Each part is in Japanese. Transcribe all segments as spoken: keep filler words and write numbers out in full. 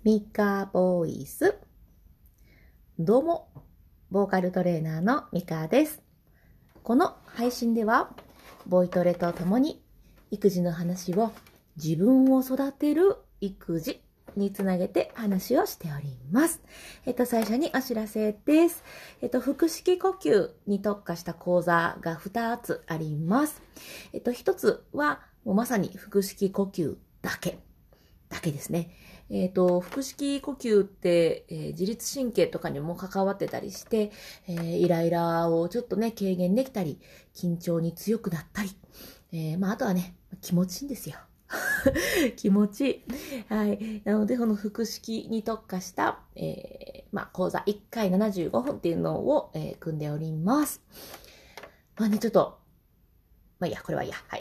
ミカボイス。どうも、ボーカルトレーナーのミカです。この配信では、ボイトレとともに育児の話を自分を育てる育児につなげて話をしております。えっと、最初にお知らせです。えっと、腹式呼吸に特化した講座がふたつあります。えっと、ひとつは、もうまさに腹式呼吸だけ。だけですね。えっと、腹式呼吸って、えー、自律神経とかにも関わってたりして、えー、イライラをちょっとね、軽減できたり、緊張に強くなったり、えー、まあ、あとはね、気持ちいいんですよ。気持ちいい。はい。なので、この腹式に特化した、えー、まあ、講座いっかいななじゅうごふんっていうのを、えー、組んでおります。まあね、ちょっと、まあいいや、これはいいや。はい。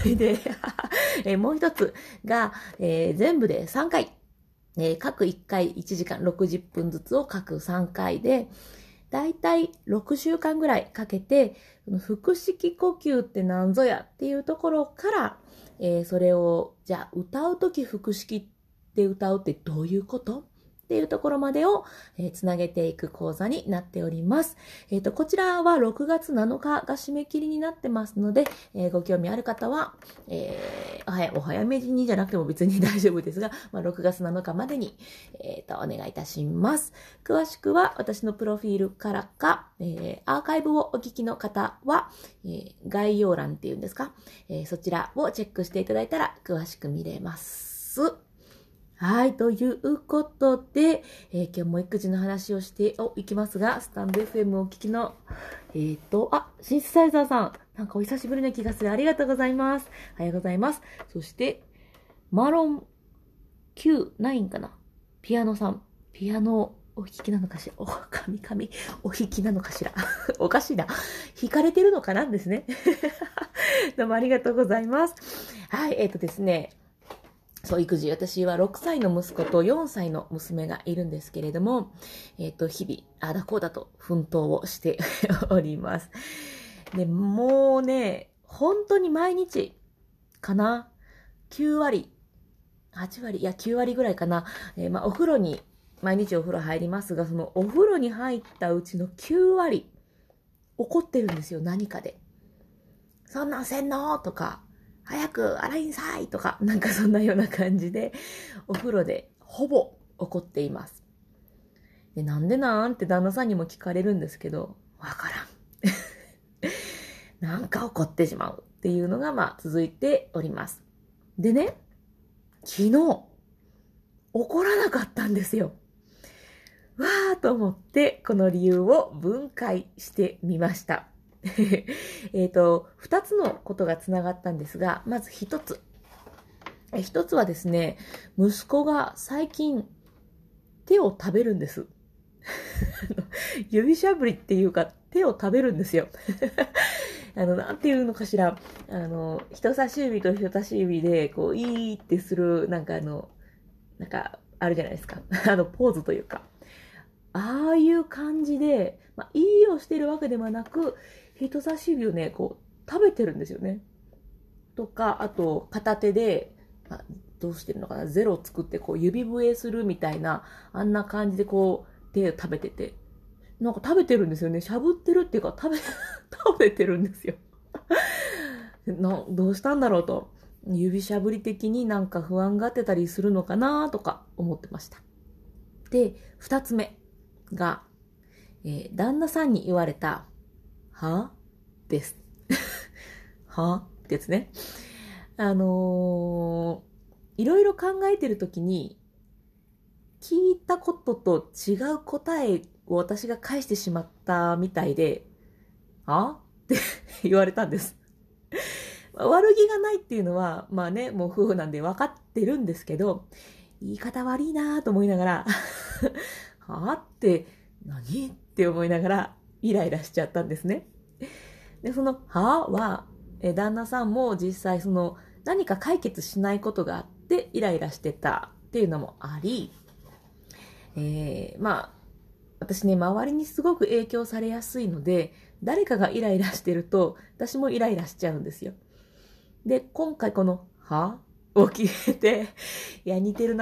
で、えー、もう一つが、えー、全部でさんかい。えー、各いっかいいちじかんろくじゅっぷんずつを各さんかいで、だいたいろくしゅうかんぐらいかけて、腹式呼吸って何ぞやっていうところから、えー、それを、じゃあ歌うとき腹式って歌うってどういうことっていうところまでを、えー、つなげていく講座になっております。えっと、こちらはろくがつなのかが締め切りになってますので、えー、ご興味ある方は、えー、お早お早めにじゃなくても別に大丈夫ですが、まあ、ろくがつなのかまでに、えー、とお願いいたします。詳しくは私のプロフィールからか、えー、アーカイブをお聞きの方は、えー、概要欄っていうんですか、えー、そちらをチェックしていただいたら詳しく見れます。はい。ということで、えー、今日も育児の話をしていきますが、スタンド エフエム をお聞きの、えっ、ー、と、あ、シンセサイザーさん。なんかお久しぶりな気がする。ありがとうございます。おはようございます。そして、マロン キューナイン かな。ピアノさん。ピアノお弾きなのかしら。お、神々、お弾きなのかしら。おかしいな。弾かれてるのかなんですね。どうもありがとうございます。はい、えっ、ー、とですね。そう、育児。私はろくさいの息子とよんさいの娘がいるんですけれども、えっ、ー、と、日々、あだこうだと奮闘をしております。で、もうね、本当に毎日かな、きゅうわり、はちわり、いやきゅうわりぐらいかな、えー、まあ、お風呂に、毎日お風呂入りますが、そのお風呂に入ったうちのきゅうわり、怒ってるんですよ、何かで。そんなんせんのとか、早く洗いんさいとか、なんかそんなような感じで、お風呂でほぼ怒っています。で、なんでなんって旦那さんにも聞かれるんですけど、わからん。なんか怒ってしまうっていうのが、まあ、続いております。でね、昨日、怒らなかったんですよ。わーと思って、この理由を分解してみました。えっと、二つのことがつながったんですが、まず一つ。一つはですね、息子が最近手を食べるんです。指しゃぶりっていうか、手を食べるんですよ。あの、なんていうのかしら、あの、人差し指と人差し指で、こう、いーってする、なんかあの、なんか、あるじゃないですか。あの、ポーズというか。ああいう感じで、まあ、いいをしてるわけではなく、人差し指をね、こう、食べてるんですよね。とか、あと、片手で、まあ、どうしてるのかな、ゼロを作って、こう、指笛するみたいな、あんな感じで、こう、手を食べてて、なんか食べてるんですよね。しゃぶってるっていうか、食べ、食べてるんですよ。などうしたんだろうと。指しゃぶり的になんか不安がってたりするのかなとか思ってました。で、二つ目が、えー、旦那さんに言われた、はです。はってやつね。あのー、いろいろ考えてるときに、聞いたことと違う答えを私が返してしまったみたいで、はって言われたんです。悪気がないっていうのは、まあね、もう夫婦なんで分かってるんですけど、言い方悪いなと思いながら、はって、何って思いながら、イライラしちゃったんですね。で、その、はは、え旦那さんも実際その、何か解決しないことがあって、イライラしてたっていうのもあり、えー、まあ、私ね、周りにすごく影響されやすいので、誰かがイライラしてると、私もイライラしちゃうんですよ。で、今回この、はを聞いて、いや、似てるな。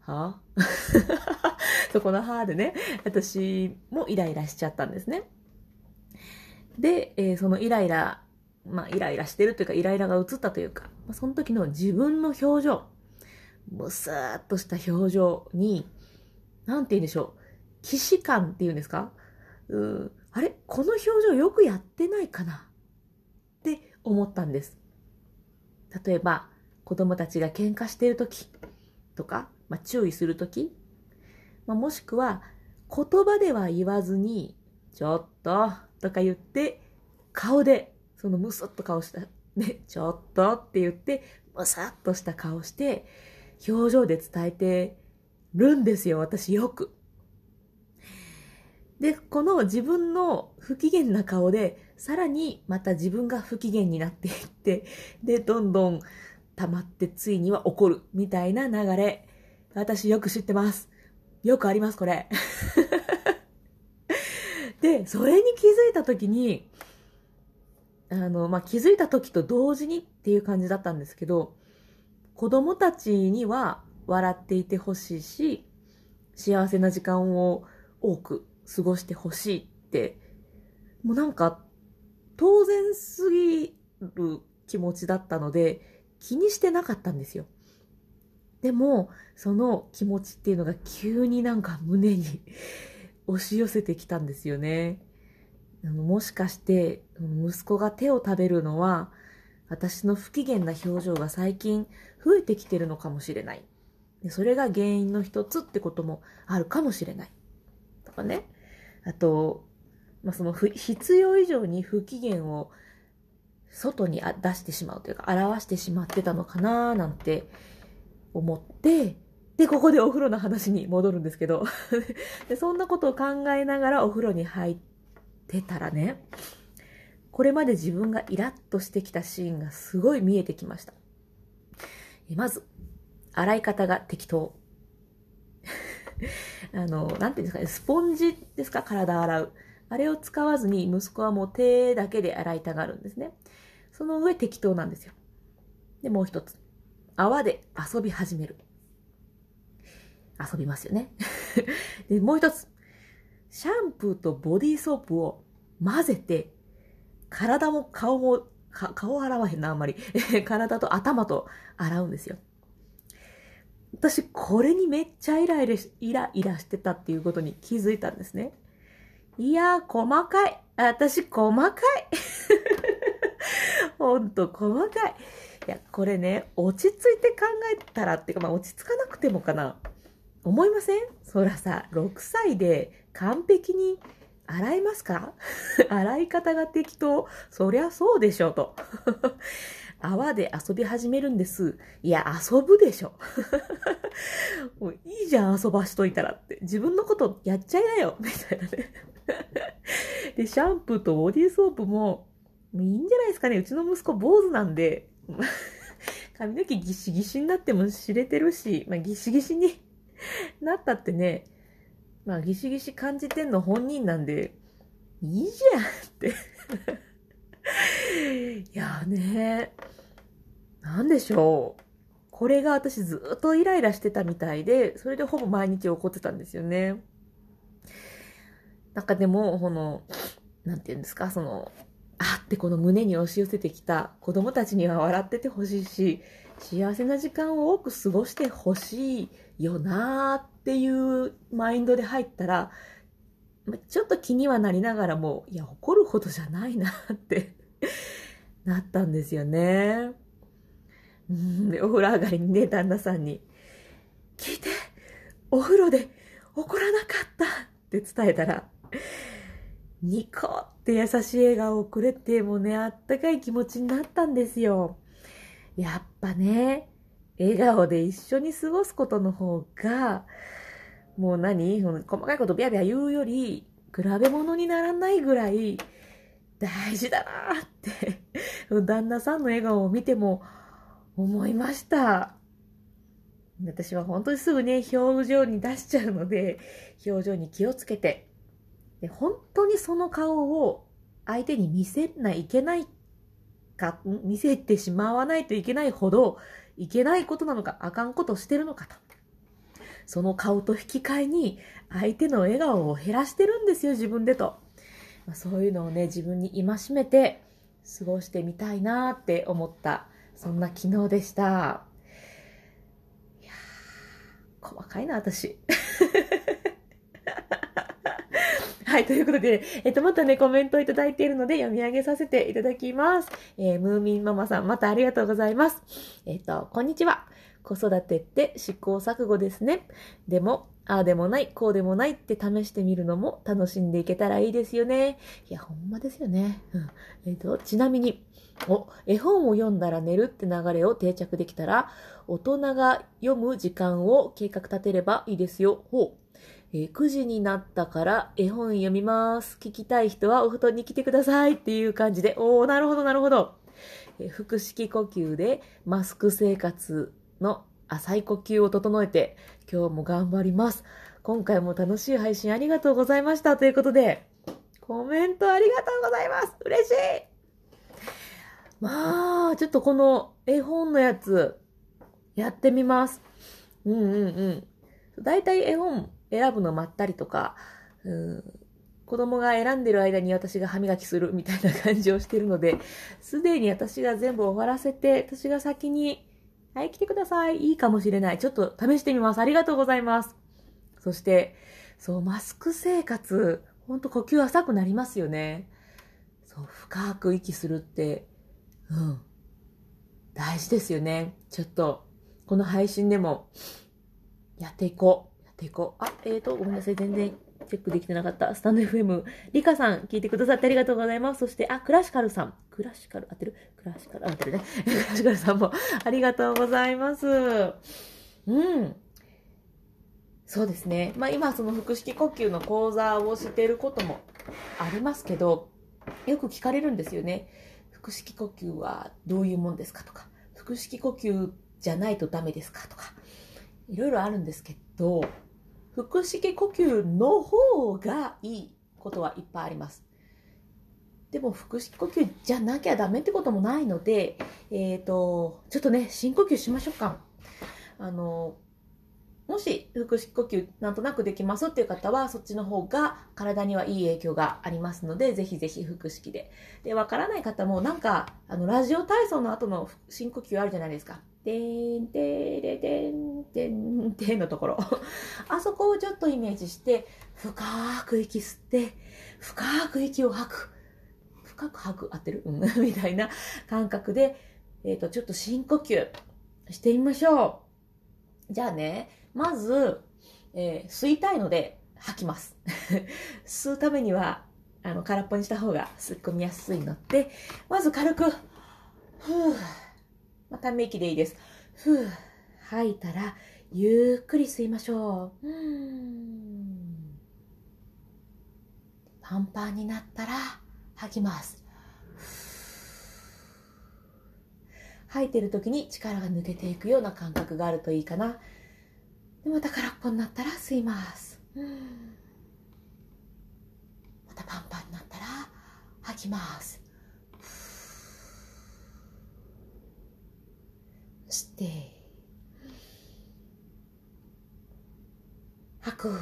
はそこのはでね、私もイライラしちゃったんですね。で、えー、そのイライラ、まあイライラしてるというかイライラが映ったというか、まあ、その時の自分の表情、むすーっとした表情に、なんて言うんでしょう、既視感っていうんですか、うーあれこの表情よくやってないかなって思ったんです。例えば、子供たちが喧嘩している時とか、まあ、注意する時、まあ、もしくは言葉では言わずに、ちょっととか言って、顔で、そのむすっと顔した、ね、ちょっとって言って、むさっとした顔して、表情で伝えてるんですよ、私よく。で、この自分の不機嫌な顔で、さらにまた自分が不機嫌になっていって、で、どんどん溜まってついには怒るみたいな流れ。私よく知ってます。よくあります、これ。で、それに気づいたときに、あの、まあ、気づいたときと同時にっていう感じだったんですけど、子供たちには笑っていてほしいし、幸せな時間を多く過ごしてほしいって、もうなんか、当然すぎる気持ちだったので、気にしてなかったんですよ。でも、その気持ちっていうのが急になんか胸に押し寄せてきたんですよね。もしかして息子が手を食べるのは私の不機嫌な表情が最近増えてきてるのかもしれない。でそれが原因の一つってこともあるかもしれない。とかね。あと、まあ、その必要以上に不機嫌を外に出してしまうというか表してしまってたのかななんて思って、で、ここでお風呂の話に戻るんですけどでそんなことを考えながらお風呂に入ってたらね、これまで自分がイラッとしてきたシーンがすごい見えてきました。まず、洗い方が適当。あの、なんていうんですかね、スポンジですか、体洗う。あれを使わずに息子はもう手だけで洗いたがるんですね。その上適当なんですよ。で、もう一つ。泡で遊び始める。遊びますよね。で、もう一つ。シャンプーとボディーソープを混ぜて、体も顔も、か顔洗わへんな、あんまり。体と頭と洗うんですよ。私、これにめっちゃイライラし、イライラしてたっていうことに気づいたんですね。いやー、細かい。私、細かい。ほんと、細かい。いや、これね、落ち着いて考えたらっていうか、まあ、落ち着かなくてもかな。思いません？そらさ、ろくさいで完璧に洗いますか？洗い方が適当。そりゃそうでしょ、と。泡で遊び始めるんです。いや、遊ぶでしょ。もういいじゃん、遊ばしといたらって。自分のことやっちゃいなよ、みたいなね。で、シャンプーとボディーソープも、もういいんじゃないですかね。うちの息子坊主なんで、髪の毛ギシギシになっても知れてるし、まあ、ギシギシになったってね、まあギシギシ感じてんの本人なんで、いいじゃんっていやね、なんでしょう。これが私ずっとイライラしてたみたいで、それでほぼ毎日怒ってたんですよね。なんかでも、この、なんて言うんですか、その、あってこの胸に押し寄せてきた子供たちには笑っててほしいし、幸せな時間を多く過ごしてほしいよなーっていうマインドで入ったら、ちょっと気にはなりながらも、いや、怒るほどじゃないなってなったんですよね。うん、で、お風呂上がりにね、旦那さんに、聞いて、お風呂で怒らなかったって伝えたら、ニコって優しい笑顔をくれて、もうね、あったかい気持ちになったんですよ。やっぱね、笑顔で一緒に過ごすことの方が、もう何細かいことビャビャ言うより、比べ物にならないぐらい大事だなって、旦那さんの笑顔を見ても思いました。私は本当にすぐね、表情に出しちゃうので、表情に気をつけて、で本当にその顔を相手に見せないいけないか、見せてしまわないといけないほどいけないことなのか、あかんことしてるのかと。 その顔と引き換えに相手の笑顔を減らしてるんですよ、自分でと。まあ、そういうのをね、自分に戒めて過ごしてみたいなって思った、そんな昨日でした。いやー、細かいな、私。はい、ということで、えっと、またね、コメントをいただいているので読み上げさせていただきます。えー、ムーミンママさん、またありがとうございます。えっと、こんにちは。子育てって試行錯誤ですね。でも、ああでもない、こうでもないって試してみるのも楽しんでいけたらいいですよね。いや、ほんまですよね。うん、えっと、ちなみに、お、絵本を読んだら寝るって流れを定着できたら、大人が読む時間を計画立てればいいですよ。ほう。えー、くじになったから絵本読みます。聞きたい人はお布団に来てくださいっていう感じで。おー、なるほど、なるほど。えー、腹式呼吸でマスク生活の浅い呼吸を整えて、今日も頑張ります。今回も楽しい配信ありがとうございました。ということで、コメントありがとうございます。嬉しい。まあ、ちょっとこの絵本のやつ、やってみます。うんうんうん。だいたい絵本、選ぶの待ったりとか、うん、子供が選んでる間に私が歯磨きするみたいな感じをしてるので、すでに私が全部終わらせて、私が先に、はい、来てください。いいかもしれない。ちょっと試してみます。ありがとうございます。そして、そう、マスク生活、ほんと呼吸浅くなりますよね。そう、深く息するって、うん、大事ですよね。ちょっと、この配信でも、やっていこう。やっていこう。あ、えーと、ごめんなさい。全然チェックできてなかった。スタンド エフエム。リカさん、聞いてくださってありがとうございます。そして、あ、クラシカルさん。クラシカル、合ってるクラシカル、合ってるね。クラシカルさんもありがとうございます。うん。そうですね。まあ今、その腹式呼吸の講座をしていることもありますけど、よく聞かれるんですよね。腹式呼吸はどういうもんですかとか、腹式呼吸じゃないとダメですかとか、いろいろあるんですけど、腹式呼吸の方がいいことはいっぱいあります。でも腹式呼吸じゃなきゃダメってこともないので、えっと、ちょっとね、深呼吸しましょうか。あの、もし腹式呼吸なんとなくできますっていう方は、そっちの方が体にはいい影響がありますので、ぜひぜひ腹式で。で、わからない方もなんか、あの、ラジオ体操の後の深呼吸あるじゃないですか。でーん、てーれでん、てん、てんのところ。あそこをちょっとイメージして、深く息吸って、深く息を吐く。深く吐く、合ってるうん、みたいな感覚で、えっと、ちょっと深呼吸してみましょう。じゃあね、まず、えー、吸いたいので吐きます。吸うためには、あの、空っぽにした方が吸い込みやすいので、まず軽く、ふぅ、まあ、ため息でいいです。ふぅ、吐いたら、ゆっくり吸いましょう。うーん。パンパンになったら、吐きます。吐いてる時に力が抜けていくような感覚があるといいかな。でまた空っぽになったら吸います。またパンパンになったら吐きます。吸って吐く。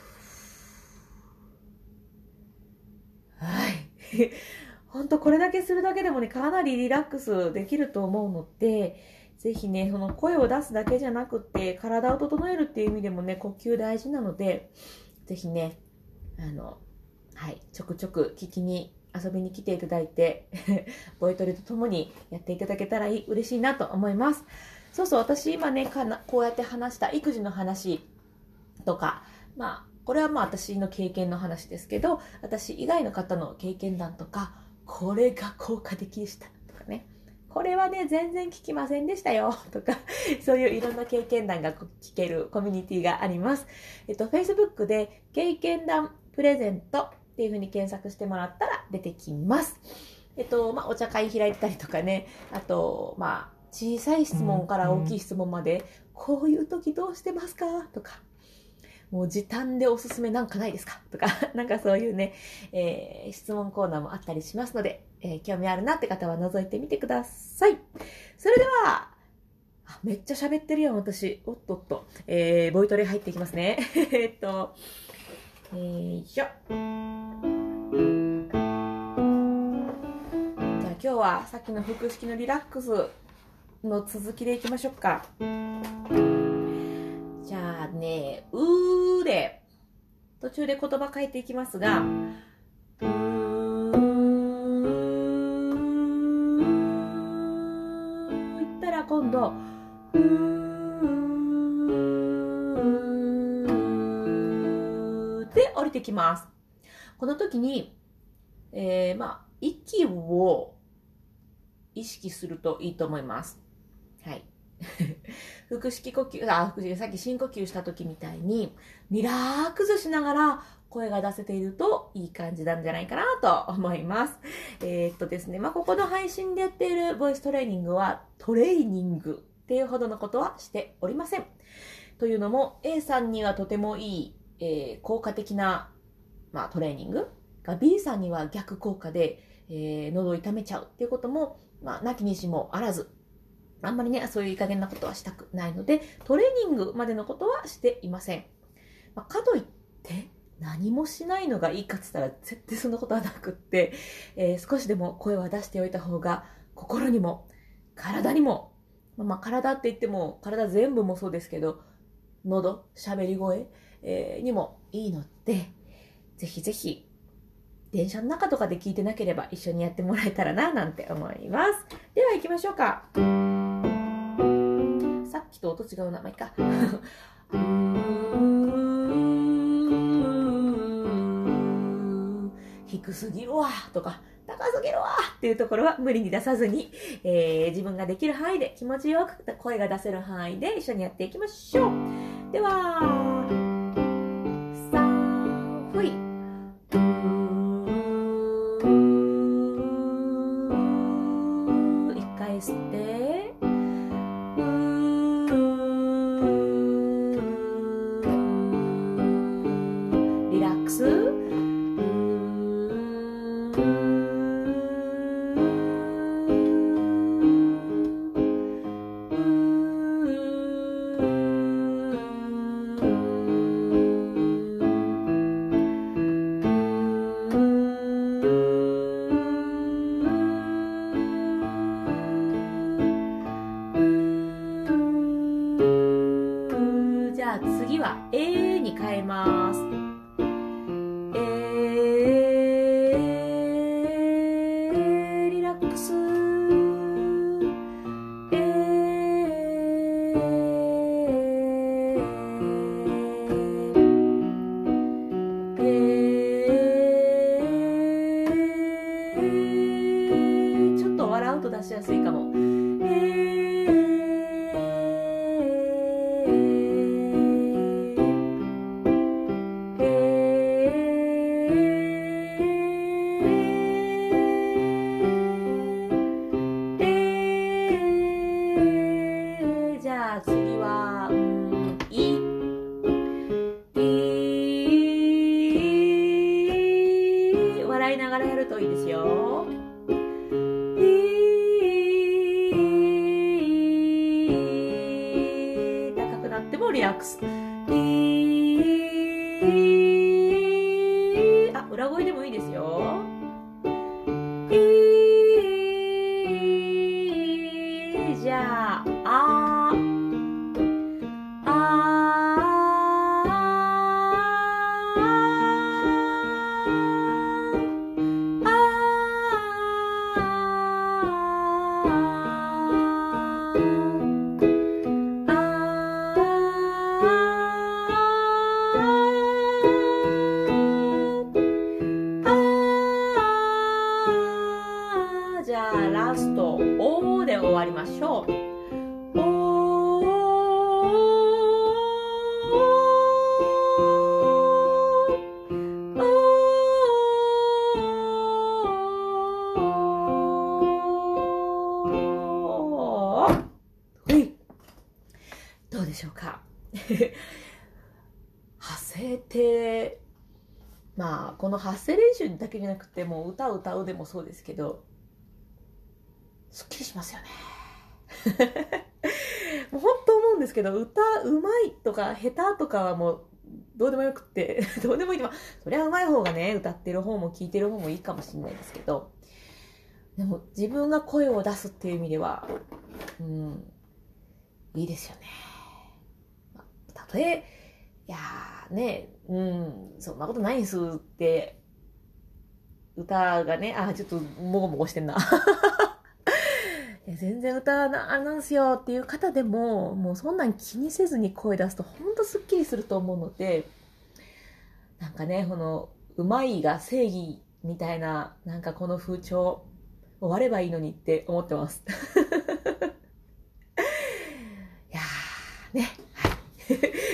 はい本当これだけするだけでもね、かなりリラックスできると思うので、ぜひね、その声を出すだけじゃなくて、体を整えるっていう意味でもね、呼吸大事なので、ぜひね、あの、はい、ちょくちょく聞きに、遊びに来ていただいて、ボイトレとともにやっていただけたらいい嬉しいなと思います。そうそう、私今ね、かなこうやって話した育児の話とか、まあ、これはまあ私の経験の話ですけど、私以外の方の経験談とか、これが効果的でしたとかね。これはね、全然聞きませんでしたよとか、そういういろんな経験談が聞けるコミュニティがあります。えっと、Facebook で経験談プレゼントっていう風に検索してもらったら出てきます。えっと、まあ、お茶会開いたりとかね、あと、まあ、小さい質問から大きい質問まで、こういう時どうしてますかとか、もう時短でおすすめなんかないですかとか、なんかそういうね、えー、質問コーナーもあったりしますので、えー、興味あるなって方は覗いてみてください。それでは、ああ、めっちゃ喋ってるやん、私。おっとっと。えー、ボイトレ入っていきますね。えっと、よいしょ。じゃあ今日はさっきの腹式のリラックスの続きでいきましょうか。じゃあね、うーで、途中で言葉変えていきますが、うー言ったら今度、うーで降りてきます。この時に、えー、まあ、息を意識するといいと思います。はい。腹式呼吸、あ、腹式、さっき深呼吸した時みたいに、リラックスしながら声が出せているといい感じなんじゃないかなと思います。えー、っとですね、まあ、ここの配信でやっているボイストレーニングはトレーニングっていうほどのことはしておりません。というのも、A さんにはとてもいい、えー、効果的な、まあ、トレーニングが B さんには逆効果で、えー、喉を痛めちゃうっていうことも、まあ、なきにしもあらず、あんまりね、そういういい加減なことはしたくないので、トレーニングまでのことはしていません。まあ、かといって、何もしないのがいいかって言ったら、絶対そんなことはなくって、えー、少しでも声は出しておいた方が、心にも、体にも、まあ、体って言っても、体全部もそうですけど、喉、喋り声、えー、にもいいので、ぜひぜひ、電車の中とかで聞いてなければ一緒にやってもらえたらな、なんて思います。では行きましょうか。さっきと音違うな、まあ、いいか。低すぎるわとか高すぎるわっていうところは無理に出さずに、えー、自分ができる範囲で気持ちよく声が出せる範囲で一緒にやっていきましょう。では、さんふい。一回吸って、リラックス。じゃあ次は A に変えます。えー、リラックス。えー、えー、ちょっと笑うと出しやすいかも。えー、じゃあ次は、うん、い、い、笑いながらやるといいですよ。い、高くなってもリラックス。い、あ、裏声でもいいですよ。い、じゃあ、あ、じゃあラスト「お」で終わりましょう。どうでしょうか。発声ってまあこの発声練習だけじゃなくてもう歌を歌うでもそうですけど、すっきりしますよね。 もう本当思うんですけど、歌うまいとか下手とかはもうどうでもよくって、どうでもいいのは、そりゃうまい方がね、歌ってる方も聴いてる方もいいかもしれないですけど、でも自分が声を出すっていう意味では、うん、いいですよね。まあ、たとえ、いやーね、うん、そんなことないんすって、歌がね、あ、ちょっともごもごしてんな。いや全然歌な、あれなんすよっていう方でも、もうそんなん気にせずに声出すとほんとスッキリすると思うので、なんかね、この、うまいが正義みたいな、なんかこの風潮、終わればいいのにって思ってます。いやー、ね。はい。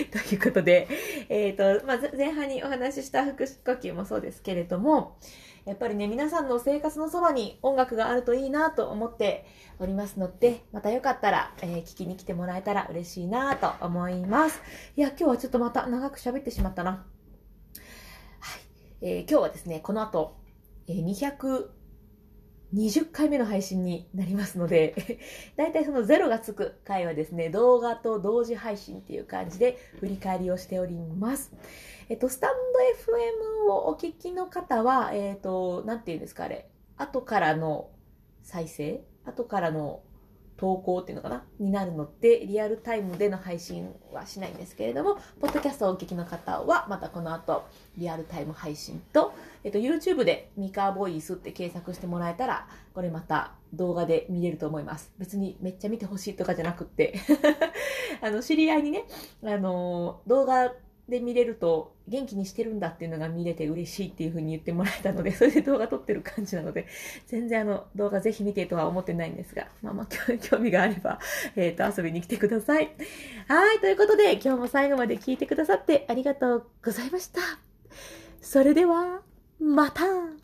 ということで、えっ、ー、と、まあ、前半にお話しした腹式呼吸もそうですけれども、やっぱりね、皆さんの生活のそばに音楽があるといいなと思っておりますので、またよかったら、えー、聞きに来てもらえたら嬉しいなと思います。いや、今日はちょっとまた長く喋ってしまったな。はい。えー、今日はですね、この後、えー、にひゃくにじゅっかいめの配信になりますので、だいたいそのゼロがつく回はですね、動画と同時配信っていう感じで振り返りをしております。えっと、スタンド エフエム をお聞きの方は、えっと、なんていうんですか、あれ、後からの再生後からの投稿っていうのかなになるので、リアルタイムでの配信はしないんですけれども、ポッドキャストをお聞きの方は、またこの後、リアルタイム配信と、えっと、YouTube でミカボイスって検索してもらえたら、これまた動画で見れると思います。別にめっちゃ見てほしいとかじゃなくって、あの、知り合いにね、あの、動画で見れると元気にしてるんだっていうのが見れて嬉しいっていう風に言ってもらえたので、それで動画撮ってる感じなので、全然あの動画ぜひ見てとは思ってないんですが、まあまあ興味があれば、えっと、遊びに来てください。はい、ということで今日も最後まで聞いてくださってありがとうございました。それでは、また